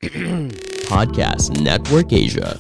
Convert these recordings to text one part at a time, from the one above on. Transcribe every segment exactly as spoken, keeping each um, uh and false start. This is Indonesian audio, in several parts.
Podcast Network Asia.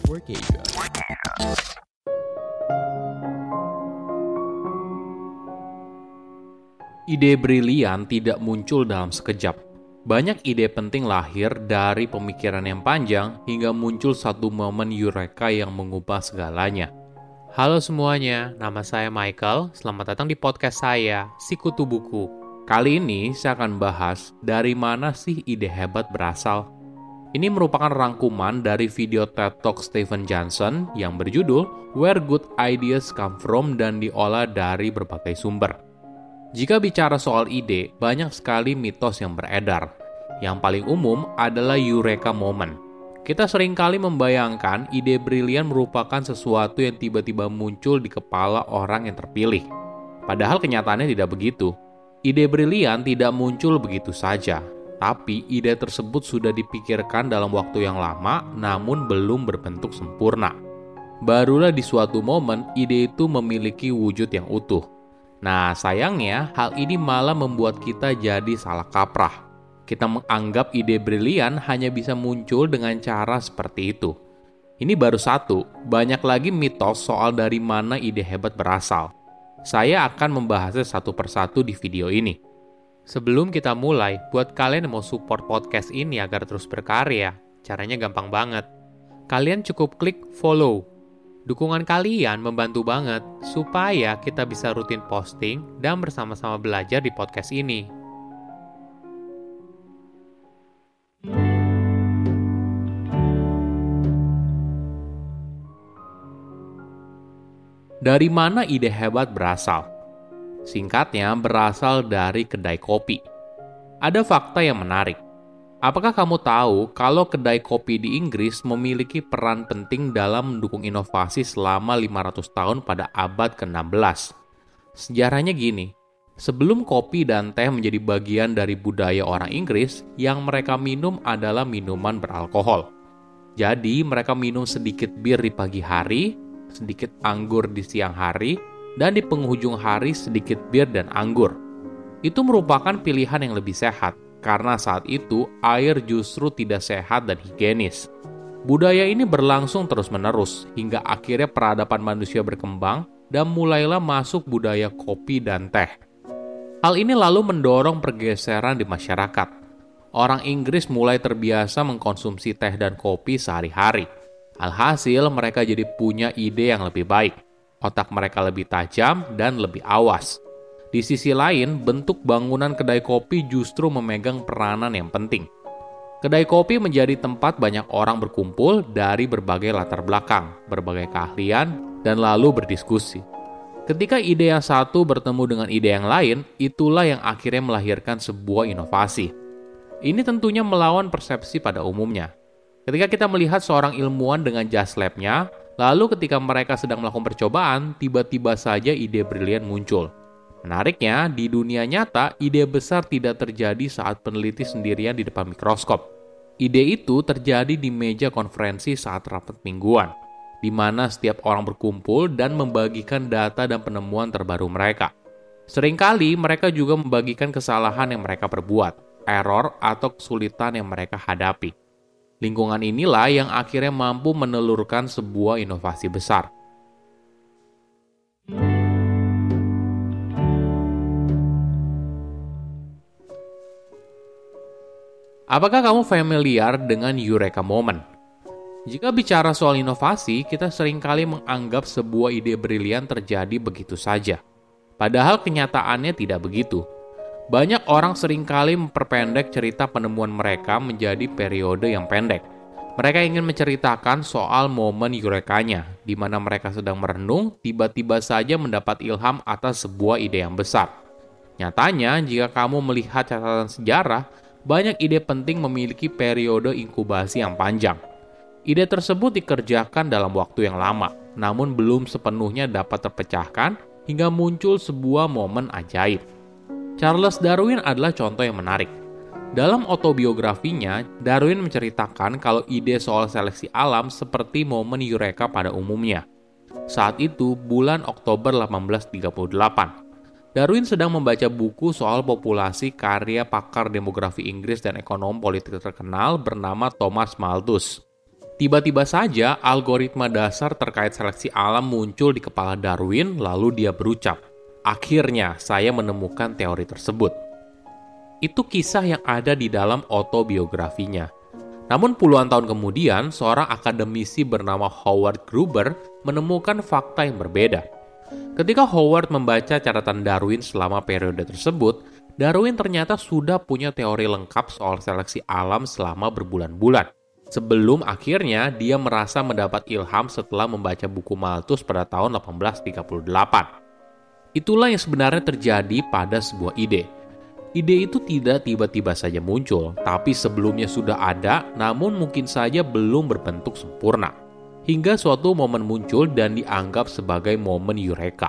Ide brilian tidak muncul dalam sekejap. Banyak ide penting lahir dari pemikiran yang panjang hingga muncul satu momen eureka yang mengubah segalanya. Halo semuanya, nama saya Michael. Selamat datang di podcast saya, Sikutu Buku. Kali ini saya akan bahas dari mana sih ide hebat berasal. Ini merupakan rangkuman dari video TED Talk Steven Johnson yang berjudul Where Good Ideas Come From dan diolah dari berbagai sumber. Jika bicara soal ide, banyak sekali mitos yang beredar. Yang paling umum adalah Eureka Moment. Kita seringkali membayangkan ide brilian merupakan sesuatu yang tiba-tiba muncul di kepala orang yang terpilih. Padahal kenyataannya tidak begitu. Ide brilian tidak muncul begitu saja. Tapi ide tersebut sudah dipikirkan dalam waktu yang lama, namun belum berbentuk sempurna. Barulah di suatu momen, ide itu memiliki wujud yang utuh. Nah, sayangnya, hal ini malah membuat kita jadi salah kaprah. Kita menganggap ide brilian hanya bisa muncul dengan cara seperti itu. Ini baru satu, banyak lagi mitos soal dari mana ide hebat berasal. Saya akan membahasnya satu persatu di video ini. Sebelum kita mulai, buat kalian yang mau support podcast ini agar terus berkarya, caranya gampang banget. Kalian cukup klik follow. Dukungan kalian membantu banget supaya kita bisa rutin posting dan bersama-sama belajar di podcast ini. Dari mana ide hebat berasal? Singkatnya, berasal dari kedai kopi. Ada fakta yang menarik. Apakah kamu tahu kalau kedai kopi di Inggris memiliki peran penting dalam mendukung inovasi selama lima ratus tahun pada abad ke enam belas? Sejarahnya gini, sebelum kopi dan teh menjadi bagian dari budaya orang Inggris, yang mereka minum adalah minuman beralkohol. Jadi, mereka minum sedikit bir di pagi hari, sedikit anggur di siang hari, dan di penghujung hari sedikit bir dan anggur. Itu merupakan pilihan yang lebih sehat, karena saat itu air justru tidak sehat dan higienis. Budaya ini berlangsung terus-menerus, hingga akhirnya peradaban manusia berkembang dan mulailah masuk budaya kopi dan teh. Hal ini lalu mendorong pergeseran di masyarakat. Orang Inggris mulai terbiasa mengkonsumsi teh dan kopi sehari-hari. Alhasil mereka jadi punya ide yang lebih baik. Otak mereka lebih tajam dan lebih awas. Di sisi lain, bentuk bangunan kedai kopi justru memegang peranan yang penting. Kedai kopi menjadi tempat banyak orang berkumpul dari berbagai latar belakang, berbagai keahlian, dan lalu berdiskusi. Ketika ide yang satu bertemu dengan ide yang lain, itulah yang akhirnya melahirkan sebuah inovasi. Ini tentunya melawan persepsi pada umumnya. Ketika kita melihat seorang ilmuwan dengan jas lab-nya, lalu ketika mereka sedang melakukan percobaan, tiba-tiba saja ide brilian muncul. Menariknya, di dunia nyata, ide besar tidak terjadi saat peneliti sendirian di depan mikroskop. Ide itu terjadi di meja konferensi saat rapat mingguan, di mana setiap orang berkumpul dan membagikan data dan penemuan terbaru mereka. Seringkali mereka juga membagikan kesalahan yang mereka perbuat, error atau kesulitan yang mereka hadapi. Lingkungan inilah yang akhirnya mampu menelurkan sebuah inovasi besar. Apakah kamu familiar dengan Eureka Moment? Jika bicara soal inovasi, kita seringkali menganggap sebuah ide brilian terjadi begitu saja. Padahal kenyataannya tidak begitu. Banyak orang seringkali memperpendek cerita penemuan mereka menjadi periode yang pendek. Mereka ingin menceritakan soal momen eurekanya, di mana mereka sedang merenung, tiba-tiba saja mendapat ilham atas sebuah ide yang besar. Nyatanya, jika kamu melihat catatan sejarah, banyak ide penting memiliki periode inkubasi yang panjang. Ide tersebut dikerjakan dalam waktu yang lama, namun belum sepenuhnya dapat terpecahkan hingga muncul sebuah momen ajaib. Charles Darwin adalah contoh yang menarik. Dalam autobiografinya, Darwin menceritakan kalau ide soal seleksi alam seperti momen Eureka pada umumnya. Saat itu, bulan Oktober delapan belas tiga puluh delapan. Darwin sedang membaca buku soal populasi karya pakar demografi Inggris dan ekonom politik terkenal bernama Thomas Malthus. Tiba-tiba saja algoritma dasar terkait seleksi alam muncul di kepala Darwin, lalu dia berucap, "Akhirnya saya menemukan teori tersebut." Itu kisah yang ada di dalam autobiografinya. Namun puluhan tahun kemudian, seorang akademisi bernama Howard Gruber menemukan fakta yang berbeda. Ketika Howard membaca catatan Darwin selama periode tersebut, Darwin ternyata sudah punya teori lengkap soal seleksi alam selama berbulan-bulan. Sebelum akhirnya dia merasa mendapat ilham setelah membaca buku Malthus pada tahun delapan belas tiga puluh delapan. Itulah yang sebenarnya terjadi pada sebuah ide. Ide itu tidak tiba-tiba saja muncul, tapi sebelumnya sudah ada, namun mungkin saja belum berbentuk sempurna. Hingga suatu momen muncul dan dianggap sebagai momen eureka.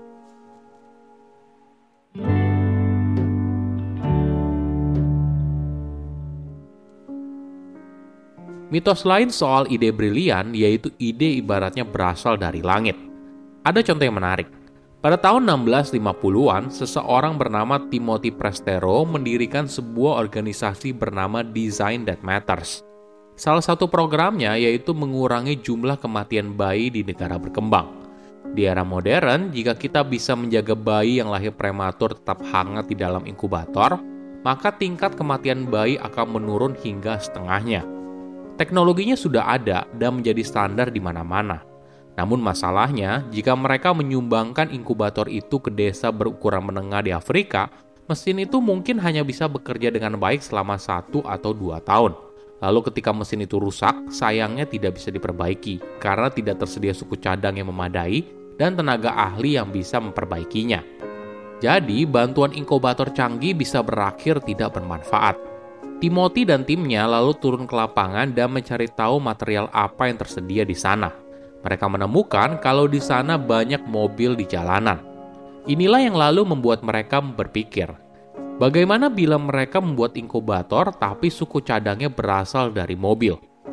Mitos lain soal ide brilian yaitu ide ibaratnya berasal dari langit. Ada contoh yang menarik. Pada tahun enam belas lima puluhan, seseorang bernama Timothy Prestero mendirikan sebuah organisasi bernama Design That Matters. Salah satu programnya yaitu mengurangi jumlah kematian bayi di negara berkembang. Di era modern, jika kita bisa menjaga bayi yang lahir prematur tetap hangat di dalam inkubator, maka tingkat kematian bayi akan menurun hingga setengahnya. Teknologinya sudah ada dan menjadi standar di mana-mana. Namun masalahnya, jika mereka menyumbangkan inkubator itu ke desa berukuran menengah di Afrika, mesin itu mungkin hanya bisa bekerja dengan baik selama satu atau dua tahun. Lalu ketika mesin itu rusak, sayangnya tidak bisa diperbaiki karena tidak tersedia suku cadang yang memadai dan tenaga ahli yang bisa memperbaikinya. Jadi, bantuan inkubator canggih bisa berakhir tidak bermanfaat. Timothy dan timnya lalu turun ke lapangan dan mencari tahu material apa yang tersedia di sana. Mereka menemukan kalau di sana banyak mobil di jalanan. Inilah yang lalu membuat mereka berpikir, bagaimana bila mereka membuat inkubator tapi suku cadangnya berasal dari mobil?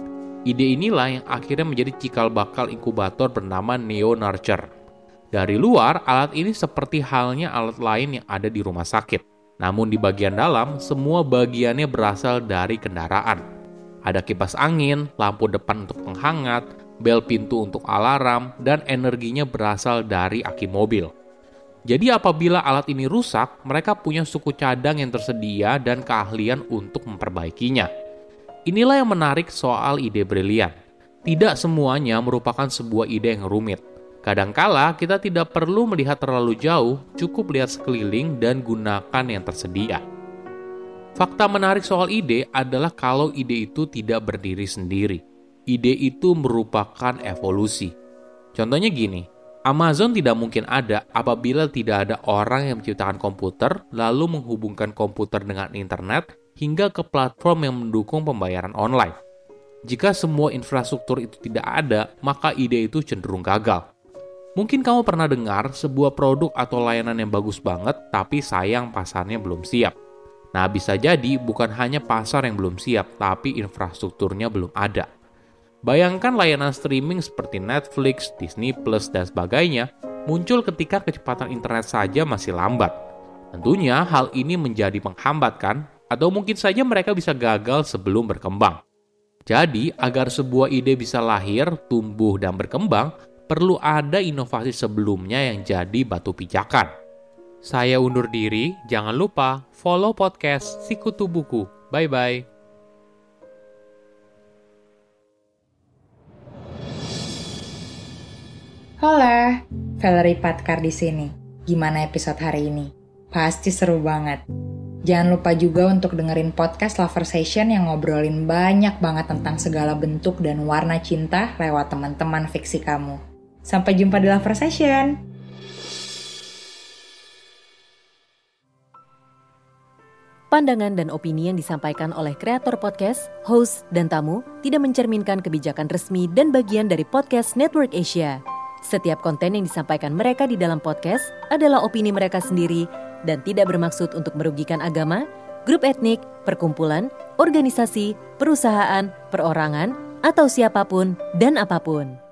Ide inilah yang akhirnya menjadi cikal bakal inkubator bernama Neo Nurture. Dari luar, alat ini seperti halnya alat lain yang ada di rumah sakit. Namun di bagian dalam, semua bagiannya berasal dari kendaraan. Ada kipas angin, lampu depan untuk penghangat, bel pintu untuk alarm, dan energinya berasal dari aki mobil. Jadi apabila alat ini rusak, mereka punya suku cadang yang tersedia dan keahlian untuk memperbaikinya. Inilah yang menarik soal ide brilian. Tidak semuanya merupakan sebuah ide yang rumit. Kadangkala kita tidak perlu melihat terlalu jauh, cukup lihat sekeliling dan gunakan yang tersedia. Fakta menarik soal ide adalah kalau ide itu tidak berdiri sendiri. Ide itu merupakan evolusi. Contohnya gini, Amazon tidak mungkin ada apabila tidak ada orang yang menciptakan komputer, lalu menghubungkan komputer dengan internet, hingga ke platform yang mendukung pembayaran online. Jika semua infrastruktur itu tidak ada, maka ide itu cenderung gagal. Mungkin kamu pernah dengar sebuah produk atau layanan yang bagus banget, tapi sayang pasarnya belum siap. Nah, bisa jadi bukan hanya pasar yang belum siap, tapi infrastrukturnya belum ada. Bayangkan layanan streaming seperti Netflix, Disney Plus, dan sebagainya muncul ketika kecepatan internet saja masih lambat. Tentunya hal ini menjadi penghambat kan? Atau mungkin saja mereka bisa gagal sebelum berkembang. Jadi, agar sebuah ide bisa lahir, tumbuh, dan berkembang, perlu ada inovasi sebelumnya yang jadi batu pijakan. Saya undur diri, jangan lupa follow podcast Sikutu Buku. Bye-bye. Hola, Valerie Patkar di sini. Gimana episode hari ini? Pasti seru banget. Jangan lupa juga untuk dengerin podcast Lover Session yang ngobrolin banyak banget tentang segala bentuk dan warna cinta lewat teman-teman fiksi kamu. Sampai jumpa di Lover Session! Pandangan dan opini yang disampaikan oleh kreator podcast, host, dan tamu tidak mencerminkan kebijakan resmi dan bagian dari podcast Network Asia. Setiap konten yang disampaikan mereka di dalam podcast adalah opini mereka sendiri dan tidak bermaksud untuk merugikan agama, grup etnik, perkumpulan, organisasi, perusahaan, perorangan, atau siapapun dan apapun.